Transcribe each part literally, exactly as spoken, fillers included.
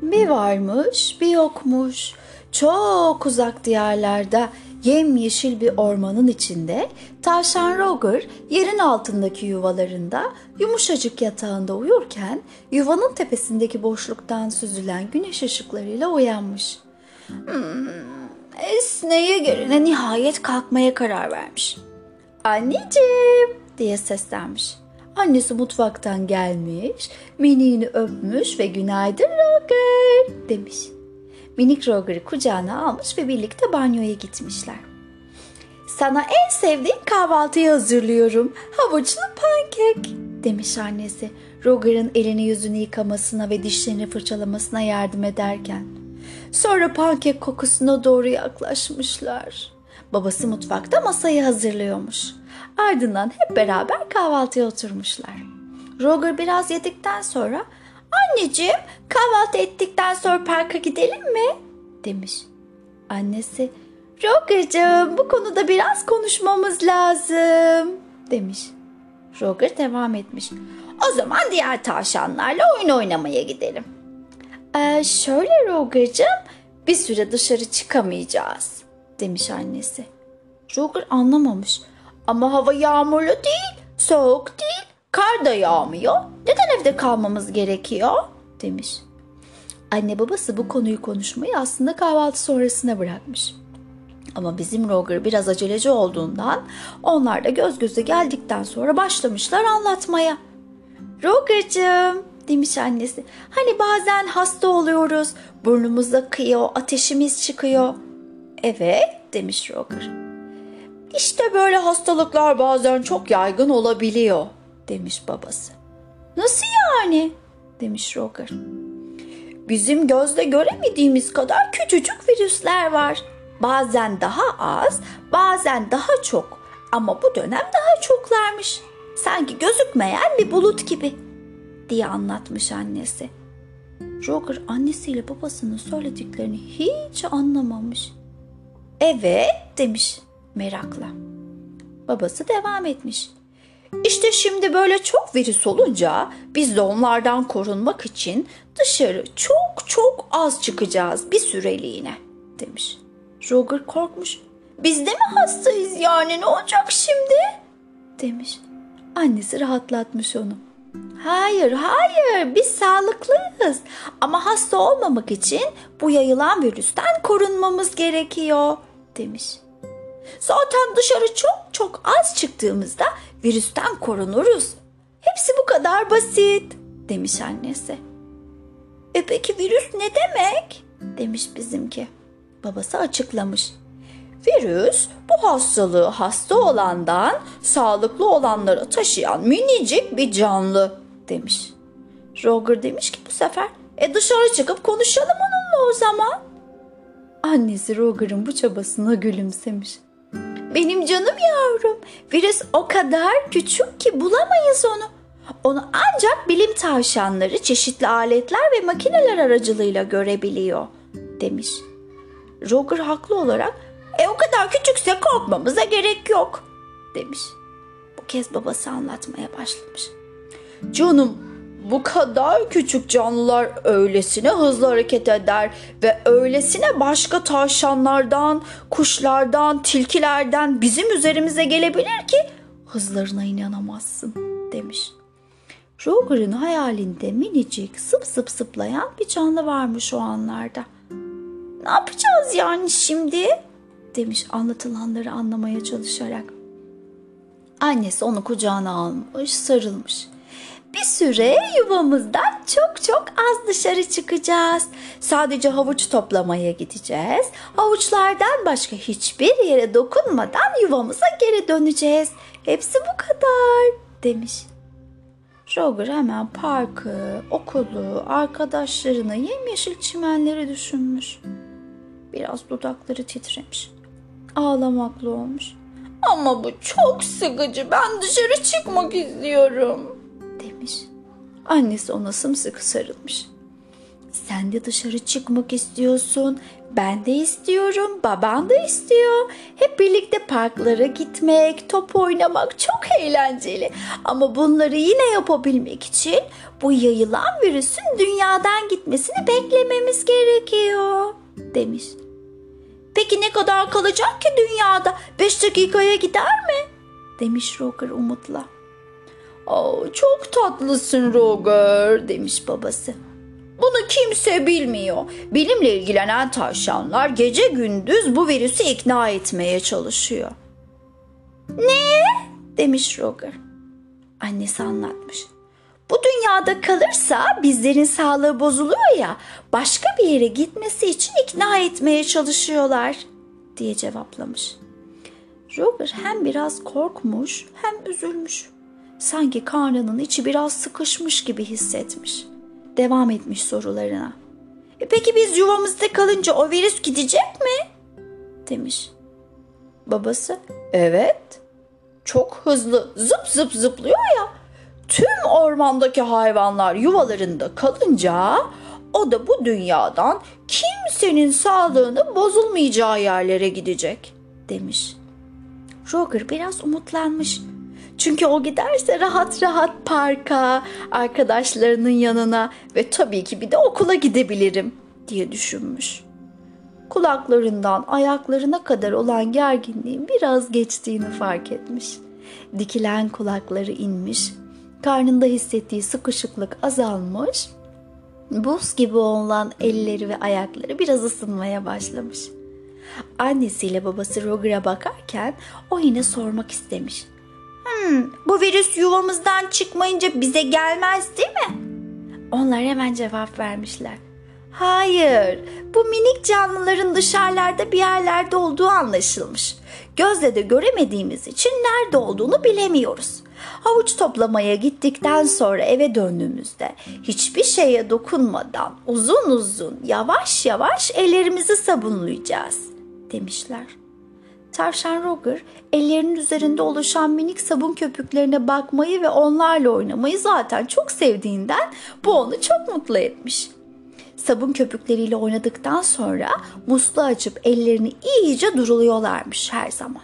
Bir varmış, bir yokmuş. Çok uzak diyarlarda yemyeşil bir ormanın içinde tavşan Roger yerin altındaki yuvalarında yumuşacık yatağında uyurken yuvanın tepesindeki boşluktan süzülen güneş ışıklarıyla uyanmış. Hmm, esneye gerine nihayet kalkmaya karar vermiş. "Anneciğim!" diye seslenmiş. Annesi mutfaktan gelmiş, miniğini öpmüş ve "Günaydın Roger!" demiş. Minik Roger'ı kucağına almış ve birlikte banyoya gitmişler. "Sana en sevdiğin kahvaltıyı hazırlıyorum. Havuçlu pankek," demiş annesi, Roger'ın elini yüzünü yıkamasına ve dişlerini fırçalamasına yardım ederken. Sonra pankek kokusuna doğru yaklaşmışlar. Babası mutfakta masayı hazırlıyormuş. Ardından hep beraber kahvaltıya oturmuşlar. Roger biraz yedikten sonra "Anneciğim, kahvaltı ettikten sonra parka gidelim mi?" demiş. Annesi "Roger'cığım, bu konuda biraz konuşmamız lazım," demiş. Roger devam etmiş. "O zaman diğer tavşanlarla oyun oynamaya gidelim." Ee, şöyle Roger'cığım, bir süre dışarı çıkamayacağız," demiş annesi. Roger anlamamış. "Ama hava yağmurlu değil, soğuk değil, kar da yağmıyor. Neden evde kalmamız gerekiyor?" demiş. Anne babası bu konuyu konuşmayı aslında kahvaltı sonrasına bırakmış. Ama bizim Roger biraz aceleci olduğundan onlar da göz göze geldikten sonra başlamışlar anlatmaya. "Roger'cığım," demiş annesi, "hani bazen hasta oluyoruz, burnumuz akıyor, ateşimiz çıkıyor." "Evet," demiş Roger. "İşte böyle hastalıklar bazen çok yaygın olabiliyor," demiş babası. "Nasıl yani?" demiş Roger. "Bizim gözle göremediğimiz kadar küçücük virüsler var. Bazen daha az, bazen daha çok. Ama bu dönem daha çoklarmış. Sanki gözükmeyen bir bulut gibi," diye anlatmış annesi. Roger annesiyle babasının söylediklerini hiç anlamamış. "Evet," demiş merakla. Babası devam etmiş. "İşte şimdi böyle çok virüs olunca biz de onlardan korunmak için dışarı çok çok az çıkacağız bir süreliğine," demiş. Roger korkmuş. "Biz de mi hastayız yani, ne olacak şimdi?" demiş. Annesi rahatlatmış onu. "Hayır, hayır, biz sağlıklıyız ama hasta olmamak için bu yayılan virüsten korunmamız gerekiyor," demiş. "Zaten dışarı çok çok az çıktığımızda virüsten korunuruz. Hepsi bu kadar basit," demiş annesi. "E peki virüs ne demek?" demiş bizimki. Babası açıklamış. "Virüs bu hastalığı hasta olandan sağlıklı olanlara taşıyan minicik bir canlı," demiş. Roger demiş ki bu sefer "E dışarı çıkıp konuşalım onunla o zaman." Annesi Roger'ın bu çabasına gülümsemiş. "Benim canım yavrum, virüs o kadar küçük ki bulamayız onu. Onu ancak bilim tavşanları çeşitli aletler ve makineler aracılığıyla görebiliyor," demiş. Roger haklı olarak "E o kadar küçükse korkmamıza gerek yok," demiş. Bu kez babası anlatmaya başlamış. "Canım, bu kadar küçük canlılar öylesine hızlı hareket eder ve öylesine başka tavşanlardan, kuşlardan, tilkilerden bizim üzerimize gelebilir ki hızlarına inanamazsın," demiş. Roger'ın hayalinde minicik sıp sıp sıplayan bir canlı varmış o anlarda. "Ne yapacağız yani şimdi?" demiş anlatılanları anlamaya çalışarak. Annesi onu kucağına almış, sarılmış. "Bir süre yuvamızdan çok çok az dışarı çıkacağız. Sadece havuç toplamaya gideceğiz. Havuçlardan başka hiçbir yere dokunmadan yuvamıza geri döneceğiz. Hepsi bu kadar," demiş. Roger hemen parkı, okulu, arkadaşlarını, yemyeşil çimenleri düşünmüş. Biraz dudakları titremiş. Ağlamaklı olmuş. "Ama bu çok sıkıcı. Ben dışarı çıkmak istiyorum," demiş. Annesi ona sımsıkı sarılmış. "Sen de dışarı çıkmak istiyorsun Ben de istiyorum, baban da istiyor. Hep birlikte parklara gitmek, top oynamak çok eğlenceli. Ama bunları yine yapabilmek için bu yayılan virüsün dünyadan gitmesini beklememiz gerekiyor, demiş. Peki ne kadar kalacak ki dünyada? Beş dakikaya gider mi? Demiş Roger umutla. "Aa, çok tatlısın Roger," demiş babası. "Bunu kimse bilmiyor. Bilimle ilgilenen tavşanlar gece gündüz bu virüsü ikna etmeye çalışıyor." "Ne?" demiş Roger. Annesi anlatmış. "Bu dünyada kalırsa bizlerin sağlığı bozuluyor ya, başka bir yere gitmesi için ikna etmeye çalışıyorlar," diye cevaplamış. Roger hem biraz korkmuş hem üzülmüş. Sanki karnının içi biraz sıkışmış gibi hissetmiş. Devam etmiş sorularına. E peki biz yuvamızda kalınca o virüs gidecek mi? Demiş. Babası, evet, çok hızlı zıp zıp zıplıyor ya. Tüm ormandaki hayvanlar yuvalarında kalınca o da bu dünyadan kimsenin sağlığını bozulmayacağı yerlere gidecek, demiş. Roger biraz umutlanmış. Çünkü o giderse rahat rahat parka, arkadaşlarının yanına ve tabii ki bir de okula gidebilirim diye düşünmüş. Kulaklarından ayaklarına kadar olan gerginliğin biraz geçtiğini fark etmiş. Dikilen kulakları inmiş, karnında hissettiği sıkışıklık azalmış, buz gibi olan elleri ve ayakları biraz ısınmaya başlamış. Annesiyle babası Roger'a bakarken o yine sormak istemiş. Hmm, bu virüs yuvamızdan çıkmayınca bize gelmez değil mi? Onlar hemen cevap vermişler. Hayır, bu minik canlıların dışarılarda bir yerlerde olduğu anlaşılmış. Gözle de göremediğimiz için nerede olduğunu bilemiyoruz. Havuç toplamaya gittikten sonra eve döndüğümüzde hiçbir şeye dokunmadan uzun uzun yavaş yavaş ellerimizi sabunlayacağız, demişler. Tavşan Roger ellerinin üzerinde oluşan minik sabun köpüklerine bakmayı ve onlarla oynamayı zaten çok sevdiğinden bu onu çok mutlu etmiş. Sabun köpükleriyle oynadıktan sonra musluğu açıp ellerini iyice duruluyorlarmış her zaman.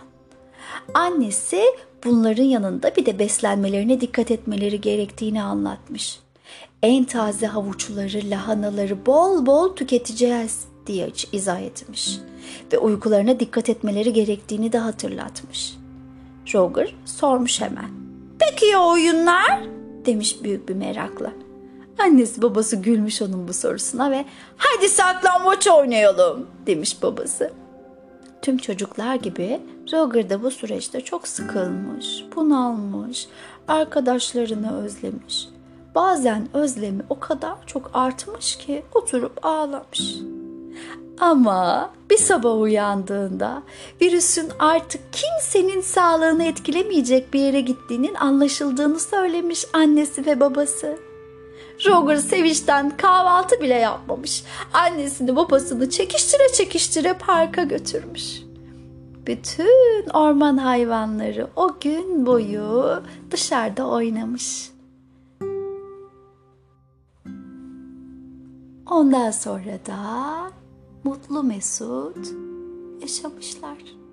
Annesi bunların yanında bir de beslenmelerine dikkat etmeleri gerektiğini anlatmış. En taze havuçları, lahanaları bol bol tüketeceğiz diye izah etmiş ve uykularına dikkat etmeleri gerektiğini de hatırlatmış. Roger sormuş hemen. Peki ya oyunlar? Demiş büyük bir merakla. Annesi babası gülmüş onun bu sorusuna ve hadi saklambaç oynayalım demiş babası. Tüm çocuklar gibi Roger da bu süreçte çok sıkılmış, bunalmış, arkadaşlarını özlemiş. Bazen özlemi o kadar çok artmış ki oturup ağlamış. Ama bir sabah uyandığında virüsün artık kimsenin sağlığını etkilemeyecek bir yere gittiğinin anlaşıldığını söylemiş annesi ve babası. Roger sevinçten kahvaltı bile yapmamış. Annesini babasını çekiştire çekiştire parka götürmüş. Bütün orman hayvanları o gün boyu dışarıda oynamış. Ondan sonra da mutlu mesut yaşamışlar.